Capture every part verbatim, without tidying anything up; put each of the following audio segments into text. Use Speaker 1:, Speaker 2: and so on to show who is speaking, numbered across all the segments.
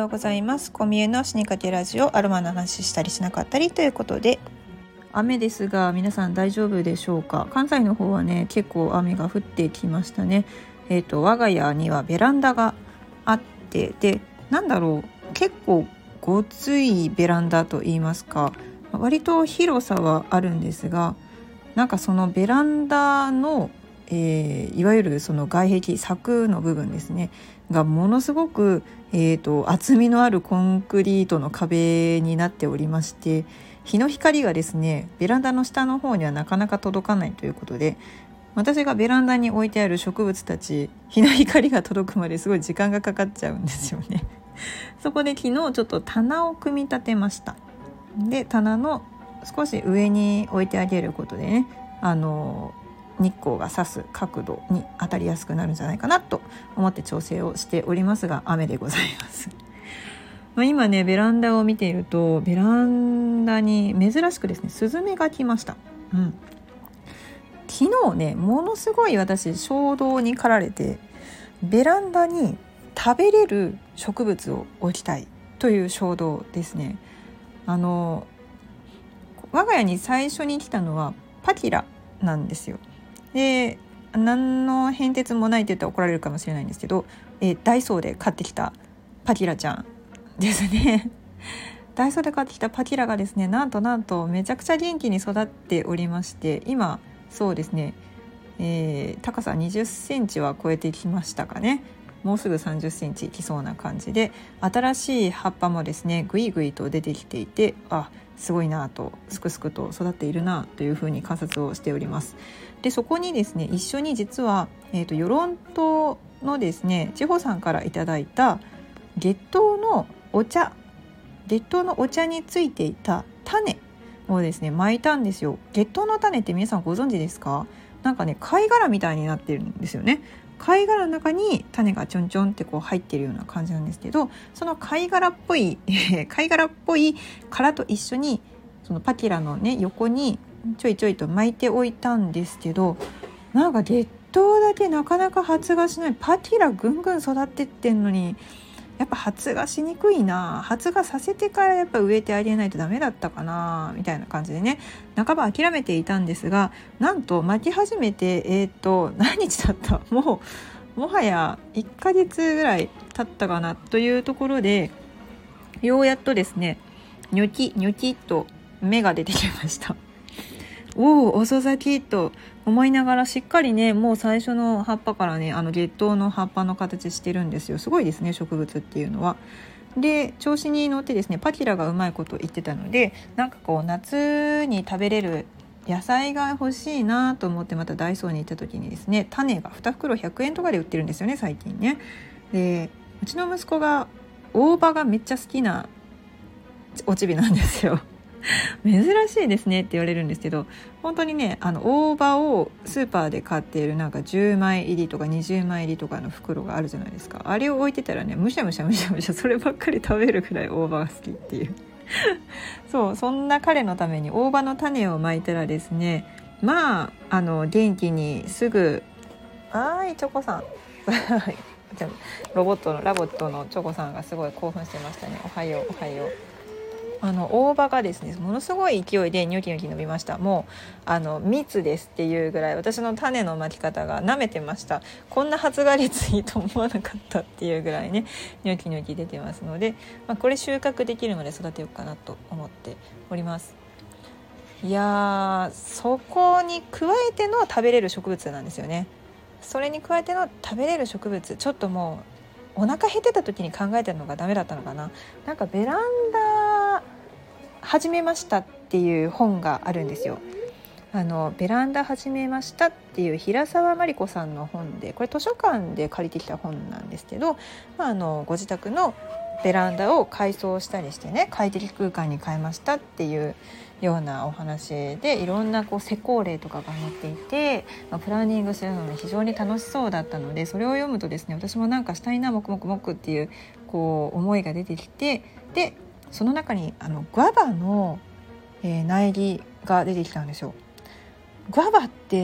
Speaker 1: うございます。小見えの死にかけラジオ、アロマの話したりしなかったりということで、雨ですが皆さん大丈夫でしょうか。関西の方はね結構雨が降ってきましたね。えーと我が家にはベランダがあって、でなんだろう結構ごついベランダと言いますか、割と広さはあるんですが、なんかそのベランダの、えー、いわゆるその外壁柵の部分ですねがものすごく、えーと、厚みのあるコンクリートの壁になっておりまして、日の光がですねベランダの下の方にはなかなか届かないということで、私がベランダに置いてある植物たち、日の光が届くまですごい時間がかかっちゃうんですよね。そこで昨日ちょっと棚を組み立てました。で棚の少し上に置いてあげることでね、あの日光が差す角度に当たりやすくなるんじゃないかなと思って調整をしておりますが、雨でございます。まあ今ねベランダを見ていると、ベランダに珍しくですねスズメが来ました。うん、昨日ねものすごい私衝動に駆られて、ベランダに食べれる植物を置きたいという衝動ですね。あの我が家に最初に来たのはパキラなんですよ。で何の変哲もないって言ったら怒られるかもしれないんですけど、えー、ダイソーで買ってきたパキラちゃんですね。ダイソーで買ってきたパキラがですね、なんとなんとめちゃくちゃ元気に育っておりまして、今そうですね、えー、高さにじゅっセンチは超えてきましたかね。もうすぐさんじゅっセンチいきそうな感じで、新しい葉っぱもですねぐいぐいと出てきていて、あすごいなと、すくすくと育っているなというふうに観察をしております。でそこにですね一緒に実は、えーと、与論島のですね千穂さんからいただいた月桃のお茶月桃のお茶についていた種をですね巻いたんですよ。月桃の種って皆さんご存知ですか？なんかね貝殻みたいになってるんですよね。貝殻の中に種がちょんちょんってこう入ってるような感じなんですけど、その貝殻っぽい貝殻っぽい殻と一緒にそのパキラのね横にちょいちょいと巻いておいたんですけど、なんか月桃だけなかなか発芽しない。パキラぐんぐん育ってってんのにやっぱ発芽しにくいな、発芽させてからやっぱ植えてあげないとダメだったかなみたいな感じでね、半ば諦めていたんですが、なんと巻き始めてえー、っと何日経ったもうもはやいっかげつぐらい経ったかなというところで、ようやっとですねニョキニョキっと芽が出てきました。おお遅咲きと思いながら、しっかりねもう最初の葉っぱからねあの月桃の葉っぱの形してるんですよ。すごいですね植物っていうのは。で調子に乗ってですねパキラがうまいこと言ってたので、なんかこう夏に食べれる野菜が欲しいなと思って、またダイソーに行った時にですね種がに袋ひゃくえんとかで売ってるんですよね最近ね。でうちの息子が大葉がめっちゃ好きなおちびなんですよ。珍しいですねって言われるんですけど、本当にねあの大葉をスーパーで買っているなんかじゅうまい入りとかにじゅうまい入りとかの袋があるじゃないですか。あれを置いてたらねむしゃむしゃむしゃむしゃそればっかり食べるくらい大葉が好きっていうそう、そんな彼のために大葉の種をまいたらですね、まああの元気にすぐ、はーいチョコさんロボットのラボットのチョコさんがすごい興奮してましたね。おはようおはよう。あの大葉がですねものすごい勢いでニョキニョキ伸びました。もうあの蜜ですっていうぐらい私の種のまき方が舐めてました。こんな発芽率いいと思わなかったっていうぐらいねニョキニョキ出てますので、まあ、これ収穫できるまで育てようかなと思っております。いやーそこに加えての食べれる植物なんですよね。それに加えての食べれる植物、ちょっともうお腹減ってた時に考えたのがダメだったのかな。なんかベランダ始めましたっていう本があるんですよ。あのベランダ始めましたっていう平沢真理子さんの本で、これ図書館で借りてきた本なんですけど、まあ、あのご自宅のベランダを改装したりしてね快適空間に変えましたっていうようなお話で、いろんなこう施工例とかが載っていて、まあ、プランニングするのに非常に楽しそうだったので、それを読むとですね私もなんかしたいなもくもくもくっていうこう思いが出てきて、でその中にあのグアバの、えー、苗木が出てきたんですよ。グアバって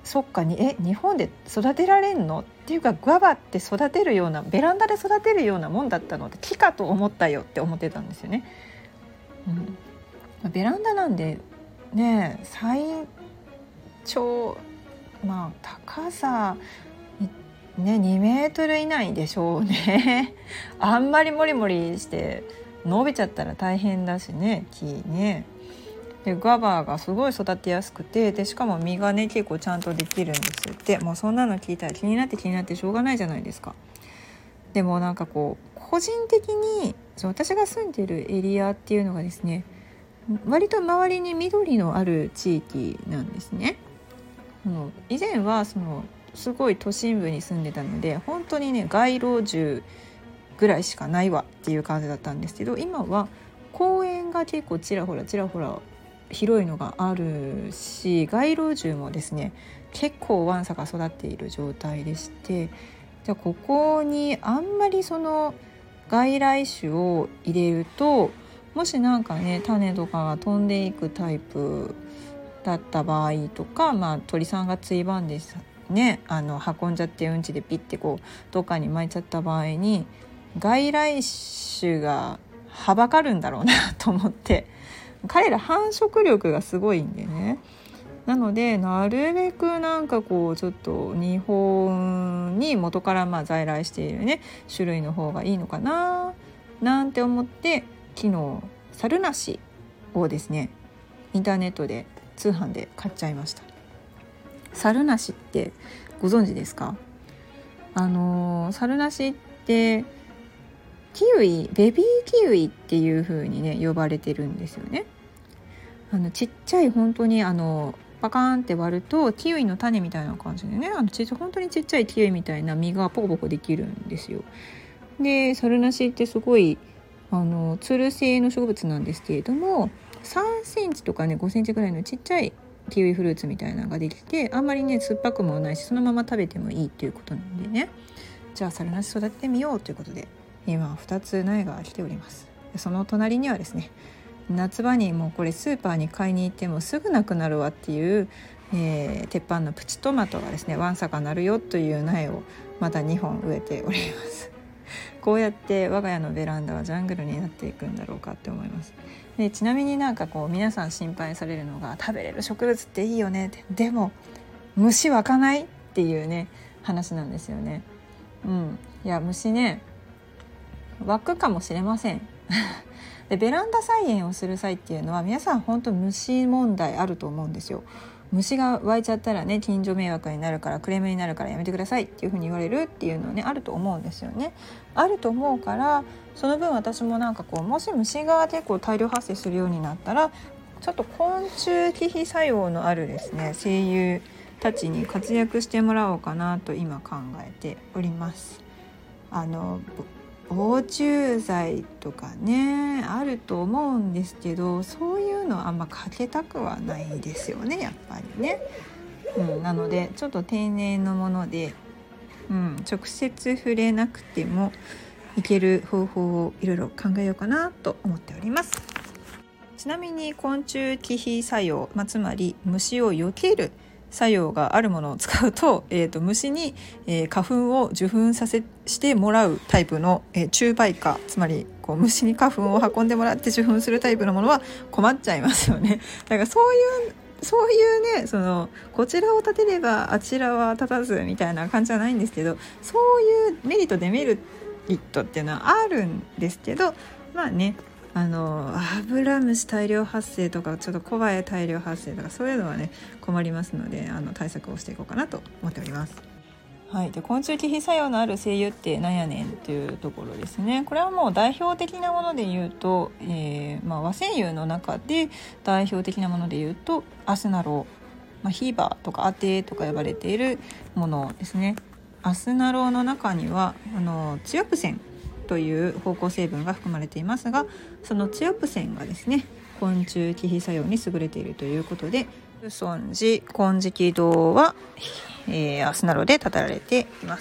Speaker 1: そっかにえ日本で育てられんのっていうか、グアバって育てるような、ベランダで育てるようなもんだったのって木かと思ったよって思ってたんですよね、うん、ベランダなんでね、最長まあ高さねにメートル以内でしょうねあんまりモリモリして伸びちゃったら大変だしね、木ね。でグアバがすごい育てやすくて、でしかも実がね結構ちゃんとできるんですって。もうそんなの聞いたら気になって気になってしょうがないじゃないですか。でもなんかこう個人的にそう私が住んでるエリアっていうのがですね、割と周りに緑のある地域なんですね。あの以前はそのすごい都心部に住んでたので、本当にね街路樹ぐらいしかないわっていう感じだったんですけど、今は公園が結構ちらほらちらほら広いのがあるし、街路樹もですね結構わんさか育っている状態でして、じゃあここにあんまりその外来種を入れると、もしなんかね種とかが飛んでいくタイプだった場合とか、まあ、鳥さんがついばんでねあの運んじゃってうんちでピッてこうどっかに巻いちゃった場合に外来種がはばかるんだろうなと思って、彼ら繁殖力がすごいんでね、なのでなるべくなんかこうちょっと日本に元からまあ在来しているね種類の方がいいのかななんて思って、昨日サルナシをですねインターネットで通販で買っちゃいました。サルナシってご存知ですか？あのー、サルナシってキウイ、ベビーキウイっていう風にね呼ばれてるんですよね。あのちっちゃい本当にあのパカーンって割るとキウイの種みたいな感じでね、あのちっちゃ本当にちっちゃいキウイみたいな実がポコポコできるんですよ。でサルナシってすごいあのつる性の植物なんですけれども、さんセンチとかねごセンチぐらいのちっちゃいキウイフルーツみたいなのができて、あんまりね酸っぱくもないしそのまま食べてもいいっていうことなんでね、じゃあサルナシ育ててみようということで今ふたつ苗が来ております。その隣にはですね、夏場にもうこれスーパーに買いに行ってもすぐなくなるわっていう、えー、鉄板のプチトマトがですねわんさかなるよという苗をまたにほん植えておりますこうやって我が家のベランダはジャングルになっていくんだろうかって思います。でちなみになんかこう皆さん心配されるのが、食べれる植物っていいよねって、でも虫湧かないっていうね話なんですよね。うん、いや虫ね湧くかもしれませんでベランダ菜園をする際っていうのは皆さん本当虫問題あると思うんですよ。虫が湧いちゃったらね近所迷惑になるからクレームになるからやめてくださいっていう風に言われるっていうのねあると思うんですよね。あると思うから、その分私もなんかこうもし虫が結構大量発生するようになったらちょっと昆虫忌避作用のあるですね精油たちに活躍してもらおうかなと今考えております。あの防虫剤とかねあると思うんですけど、そういうのあんまかけたくはないですよねやっぱりね、うん、なのでちょっと天然のもので、うん、直接触れなくてもいける方法をいろいろ考えようかなと思っております。ちなみに昆虫忌避作用、まあ、つまり虫を避ける作用があるものを使うと、えーと、虫に、えー、花粉を受粉させしてもらうタイプの、えー、虫媒花、つまりこう虫に花粉を運んでもらって受粉するタイプのものは困っちゃいますよね。だからそういうそういうねそのこちらを立てればあちらは立たずみたいな感じじゃないんですけど、そういうメリットデメリットっていうのはあるんですけど、まあねあのアブラムシ大量発生とかちょっとコバエ大量発生とかそういうのはね困りますので、あの対策をしていこうかなと思っております。はい、で昆虫忌避作用のある精油って何やねんっていうところですね。これはもう代表的なもので言うと、えーまあ、和精油の中で代表的なもので言うとアスナロ、まあ、ヒーバーとかアテとか呼ばれているものですね。アスナロの中にはあのツヨプセンという芳香成分が含まれていますが、そのツヨプセンがですね昆虫忌避作用に優れているということで、尊寺金色堂は、えー、アスナロで建てられています。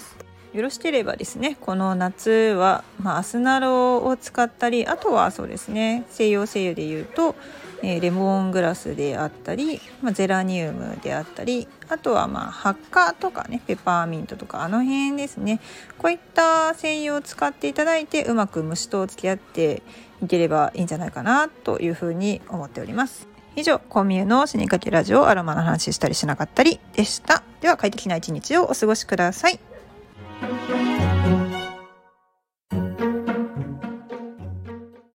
Speaker 1: よろしければですね、この夏は、まあ、アスナロを使ったり、あとはそうですね、西洋精油でいうと、えー、レモングラスであったり、まあ、ゼラニウムであったり、あとはまあハッカとかね、ペパーミントとかあの辺ですね、こういった精油を使っていただいて、うまく虫と付き合っていければいいんじゃないかなというふうに思っております。以上、コンミュの死にかけラジオ、アロマの話したりしなかったりでした。では快適な一日をお過ごしください。